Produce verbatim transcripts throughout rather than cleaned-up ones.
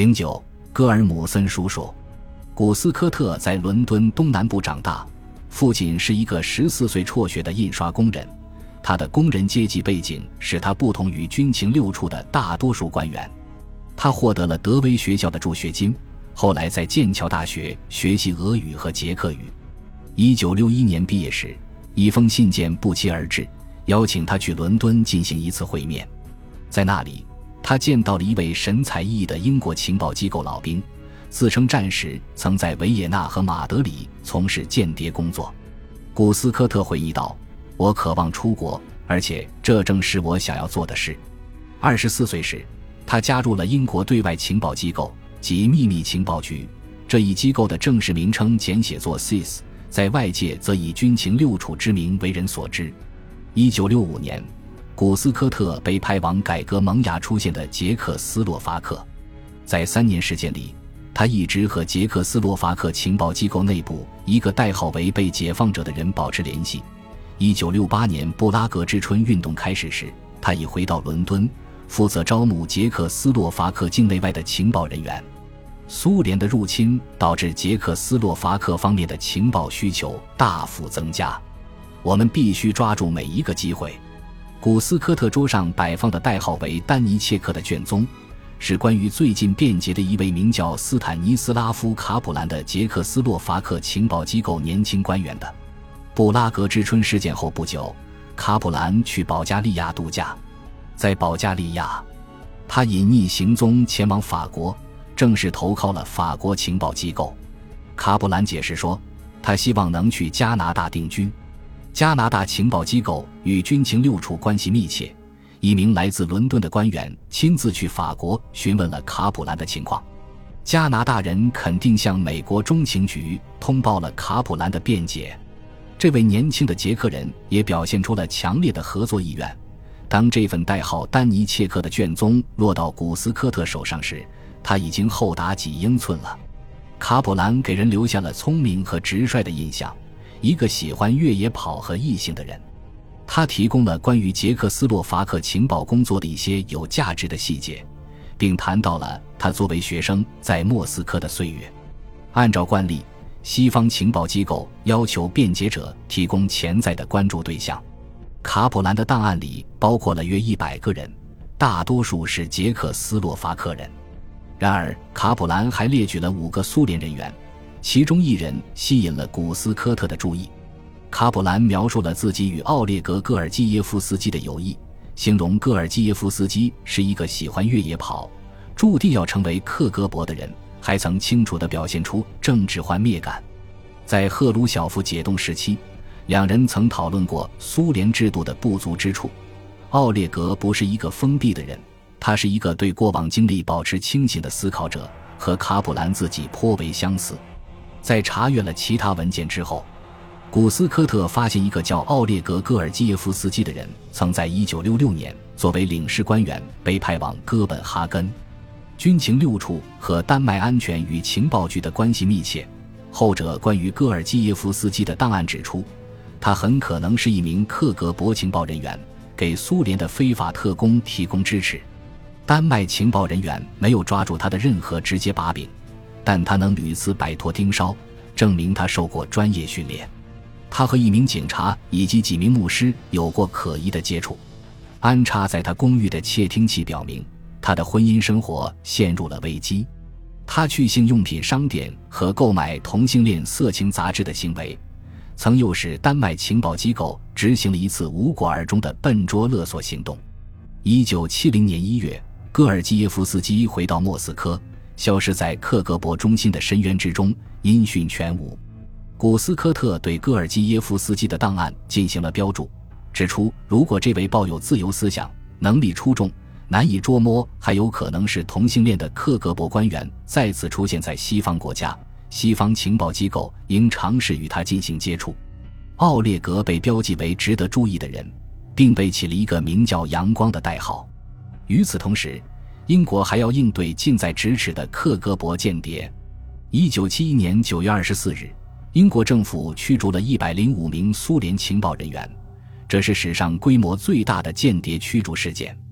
零九戈尔姆森叔叔。古斯科特在伦敦东南部长大，父亲是一个十四岁辍学的印刷工人，他的工人阶级背景使他不同于军情六处的大多数官员。他获得了德威学校的助学金，后来在剑桥大学学习俄语和捷克语。一九六一年毕业时，一封信件不期而至，邀请他去伦敦进行一次会面。在那里，他见到了一位神采奕奕的英国情报机构老兵，自称战时曾在维也纳和马德里从事间谍工作。古斯科特回忆道，我渴望出国，而且这正是我想要做的事。二十四岁时，他加入了英国对外情报机构即秘密情报局，这一机构的正式名称简写作 C I S， 在外界则以军情六处之名为人所知。一九六五年，古斯科特被派往改革萌芽出现的捷克斯洛伐克。在三年时间里，他一直和捷克斯洛伐克情报机构内部一个代号为被解放者的人保持联系。一九六八年布拉格之春运动开始时，他已回到伦敦，负责招募捷克斯洛伐克境内外的情报人员。苏联的入侵导致捷克斯洛伐克方面的情报需求大幅增加，我们必须抓住每一个机会。古斯科特桌上摆放的代号为丹尼切克的卷宗，是关于最近变节的一位名叫斯坦尼斯拉夫·卡普兰的捷克斯洛伐克情报机构年轻官员的。布拉格之春事件后不久，卡普兰去保加利亚度假。在保加利亚，他隐匿行踪前往法国，正式投靠了法国情报机构。卡普兰解释说，他希望能去加拿大定居。加拿大情报机构与军情六处关系密切，一名来自伦敦的官员亲自去法国询问了卡普兰的情况。加拿大人肯定向美国中情局通报了卡普兰的辩解。这位年轻的捷克人也表现出了强烈的合作意愿。当这份代号丹尼切克的卷宗落到古斯科特手上时，他已经厚达几英寸了。卡普兰给人留下了聪明和直率的印象，一个喜欢越野跑和异性的人。他提供了关于捷克斯洛伐克情报工作的一些有价值的细节，并谈到了他作为学生在莫斯科的岁月。按照惯例，西方情报机构要求辩解者提供潜在的关注对象。卡普兰的档案里包括了约一百个人，大多数是捷克斯洛伐克人。然而卡普兰还列举了五个苏联人员，其中一人吸引了古斯科特的注意。卡普兰描述了自己与奥列格·戈尔基耶夫斯基的友谊，形容戈尔基耶夫斯基是一个喜欢越野跑，注定要成为克格勃的人，还曾清楚地表现出政治幻灭感。在赫鲁晓夫解冻时期，两人曾讨论过苏联制度的不足之处。奥列格不是一个封闭的人，他是一个对过往经历保持清醒的思考者，和卡普兰自己颇为相似。在查阅了其他文件之后，古斯科特发现一个叫奥列格·戈尔基耶夫斯基的人曾在一九六六年作为领事官员被派往哥本哈根。军情六处和丹麦安全与情报局的关系密切，后者关于戈尔基耶夫斯基的档案指出，他很可能是一名克格勃情报人员，给苏联的非法特工提供支持。丹麦情报人员没有抓住他的任何直接把柄，但他能屡次摆脱盯梢，证明他受过专业训练。他和一名警察以及几名牧师有过可疑的接触。安插在他公寓的窃听器表明，他的婚姻生活陷入了危机。他去性用品商店和购买同性恋色情杂志的行为，曾诱使丹麦情报机构执行了一次无果而终的笨拙勒索行动。一九七零年一月，戈尔基耶夫斯基回到莫斯科，消失在克格勃中心的深渊之中，音讯全无。古斯科特对戈尔基耶夫斯基的档案进行了标注，指出如果这位抱有自由思想、能力出众、难以捉摸还有可能是同性恋的克格勃官员再次出现在西方国家，西方情报机构应尝试与他进行接触。奥列格被标记为值得注意的人，并被起了一个名叫阳光的代号。与此同时，英国还要应对近在咫尺的克格勃间谍。一九七一年九月二十四日，英国政府驱逐了一百零五名苏联情报人员，这是史上规模最大的间谍驱逐事件。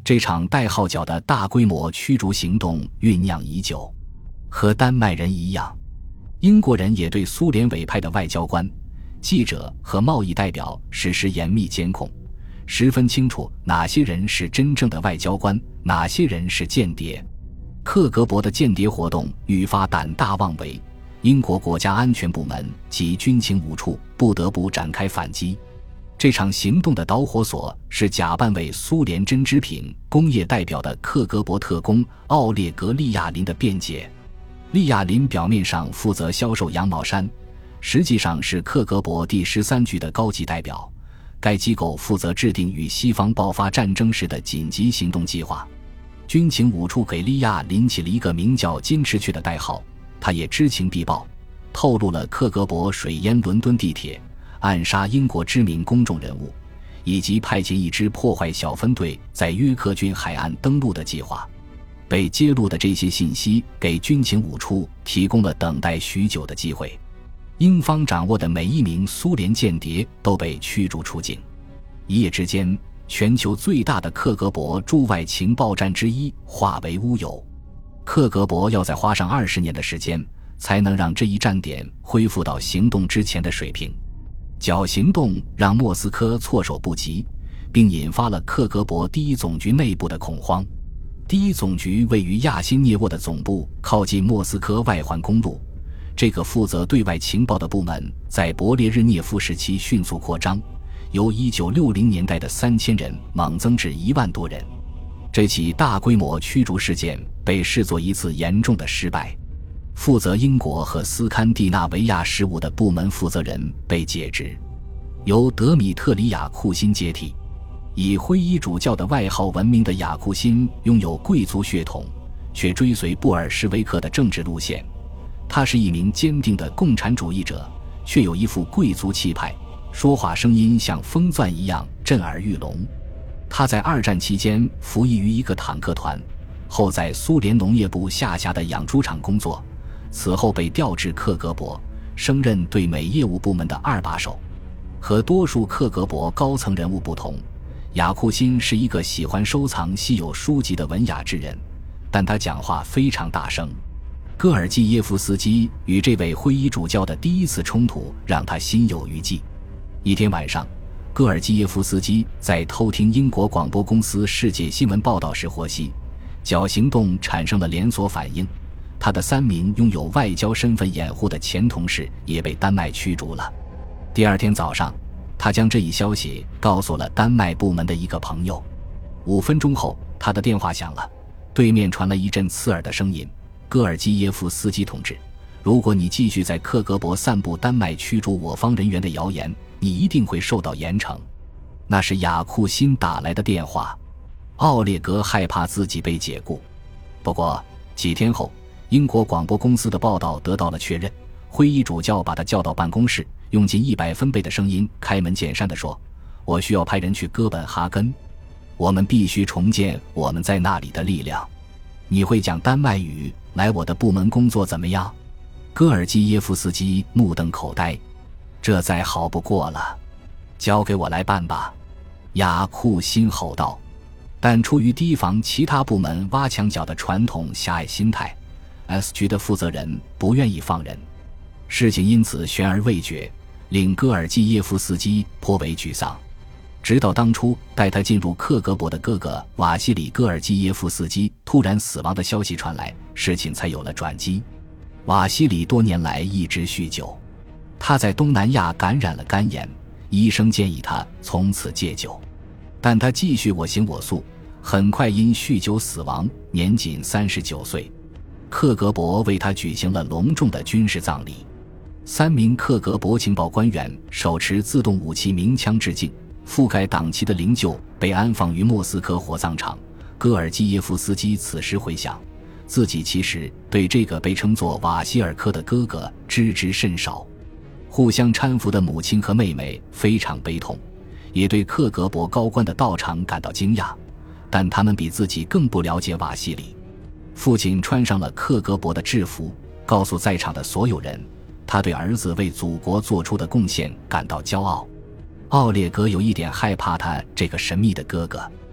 这场代号角的大规模驱逐行动酝酿已久。和丹麦人一样，英国人也对苏联委派的外交官、记者和贸易代表实施严密监控，十分清楚哪些人是真正的外交官，哪些人是间谍。克格勃的间谍活动愈发胆大妄为，英国国家安全部门及军情五处不得不展开反击。这场行动的导火索是假扮为苏联针织品工业代表的克格勃特工奥列格·利亚林的辩解。利亚林表面上负责销售羊毛衫，实际上是克格勃第十三局的高级代表。该机构负责制定与西方爆发战争时的紧急行动计划。军情五处给利亚林起了一个名叫金翅雀的代号，他也知情必报，透露了克格勃水淹伦敦地铁、暗杀英国知名公众人物，以及派遣一支破坏小分队在约克郡海岸登陆的计划。被揭露的这些信息给军情五处提供了等待许久的机会。英方掌握的每一名苏联间谍都被驱逐出境。一夜之间，全球最大的克格勃驻外情报站之一化为乌有。克格勃要再花上二十年的时间，才能让这一站点恢复到行动之前的水平。绞行动让莫斯科措手不及，并引发了克格勃第一总局内部的恐慌。第一总局位于亚辛涅沃的总部靠近莫斯科外环公路，这个负责对外情报的部门在勃列日涅夫时期迅速扩张，由一九六零年代的三千人猛增至一万多人。这起大规模驱逐事件被视作一次严重的失败。负责英国和斯堪的纳维亚事务的部门负责人被解职，由德米特里亚库辛接替。以灰衣主教的外号闻名的雅库辛拥有贵族血统，却追随布尔什维克的政治路线。他是一名坚定的共产主义者，却有一副贵族气派，说话声音像风钻一样震耳欲聋。他在二战期间服役于一个坦克团，后在苏联农业部下辖的养猪场工作，此后被调至克格勃，升任对美业务部门的二把手。和多数克格勃高层人物不同，雅库辛是一个喜欢收藏稀有书籍的文雅之人，但他讲话非常大声。戈尔基耶夫斯基与这位灰衣主教的第一次冲突让他心有余悸。一天晚上，戈尔基耶夫斯基在偷听英国广播公司世界新闻报道时获悉，绞行动产生了连锁反应，他的三名拥有外交身份掩护的前同事也被丹麦驱逐了。第二天早上，他将这一消息告诉了丹麦部门的一个朋友。五分钟后，他的电话响了，对面传来一阵刺耳的声音：戈尔基耶夫斯基同志，如果你继续在克格勃散布丹麦驱逐我方人员的谣言，你一定会受到严惩。那是雅库辛打来的电话。奥列格害怕自己被解雇。不过几天后，英国广播公司的报道得到了确认，灰衣主教把他叫到办公室，用尽一百分贝的声音开门见山地说：我需要派人去哥本哈根，我们必须重建我们在那里的力量。你会讲丹麦语，来我的部门工作怎么样？戈尔基耶夫斯基目瞪口呆，这再好不过了，交给我来办吧，雅库辛吼道。但出于提防其他部门挖墙脚的传统狭隘心态， S 局的负责人不愿意放人，事情因此悬而未决，令戈尔基耶夫斯基颇为沮丧。直到当初带他进入克格勃的哥哥瓦西里·戈尔基耶夫斯基突然死亡的消息传来，事情才有了转机。瓦西里多年来一直酗酒，他在东南亚感染了肝炎，医生建议他从此戒酒，但他继续我行我素，很快因酗酒死亡，年仅三十九岁。克格勃为他举行了隆重的军事葬礼，三名克格勃情报官员手持自动武器鸣枪致敬，覆盖党旗的灵柩被安放于莫斯科火葬场。戈尔基耶夫斯基此时回想，自己其实对这个被称作瓦西尔科的哥哥知之甚少。互相搀扶的母亲和妹妹非常悲痛，也对克格勃高官的到场感到惊讶，但他们比自己更不了解瓦西里。父亲穿上了克格勃的制服，告诉在场的所有人，他对儿子为祖国做出的贡献感到骄傲。奥列格有一点害怕他这个神秘的哥哥，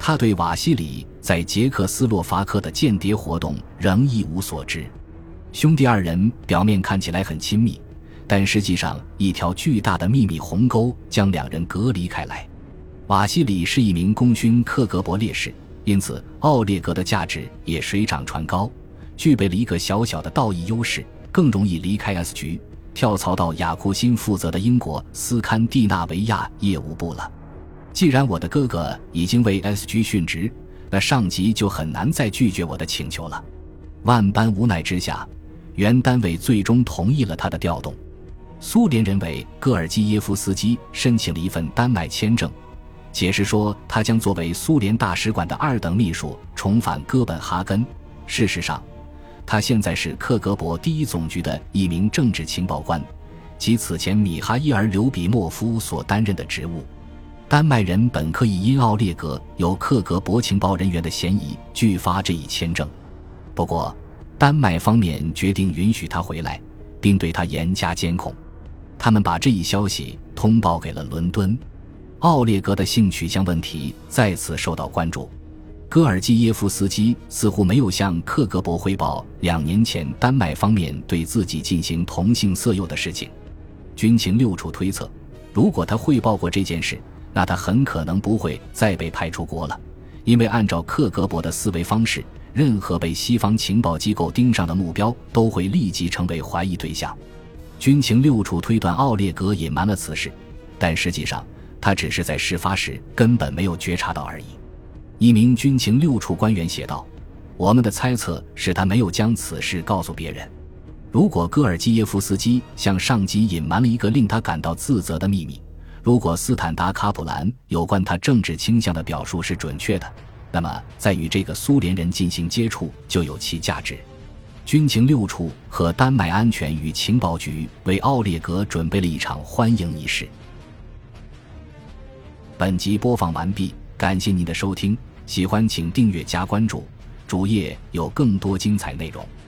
他对瓦西里在捷克斯洛伐克的间谍活动仍一无所知。兄弟二人表面看起来很亲密，但实际上一条巨大的秘密鸿沟将两人隔离开来。瓦西里是一名功勋克格勃烈士，因此奥列格的价值也水涨船高，具备了一个小小的道义优势，更容易离开 S 局，跳槽到雅库辛负责的英国斯堪的纳维亚业务部了。既然我的哥哥已经为 S 局殉职，那上级就很难再拒绝我的请求了。万般无奈之下，原单位最终同意了他的调动。苏联人为戈尔基耶夫斯基申请了一份丹麦签证，解释说他将作为苏联大使馆的二等秘书重返哥本哈根。事实上，他现在是克格勃第一总局的一名政治情报官，即此前米哈伊尔·刘比莫夫所担任的职务。丹麦人本可以因奥列格有克格勃情报人员的嫌疑拒发这一签证，不过丹麦方面决定允许他回来，并对他严加监控。他们把这一消息通报给了伦敦。奥列格的性取向问题再次受到关注。戈尔基耶夫斯基似乎没有向克格勃汇报两年前丹麦方面对自己进行同性色诱的事情。军情六处推测，如果他汇报过这件事，那他很可能不会再被派出国了，因为按照克格勃的思维方式，任何被西方情报机构盯上的目标都会立即成为怀疑对象。军情六处推断奥列格隐瞒了此事，但实际上他只是在事发时根本没有觉察到而已。一名军情六处官员写道，我们的猜测是他没有将此事告诉别人。如果戈尔基耶夫斯基向上级隐瞒了一个令他感到自责的秘密，如果斯坦达卡普兰有关他政治倾向的表述是准确的，那么在与这个苏联人进行接触就有其价值。军情六处和丹麦安全与情报局为奥列格准备了一场欢迎仪式。本集播放完毕，感谢您的收听，喜欢请订阅加关注，主页有更多精彩内容。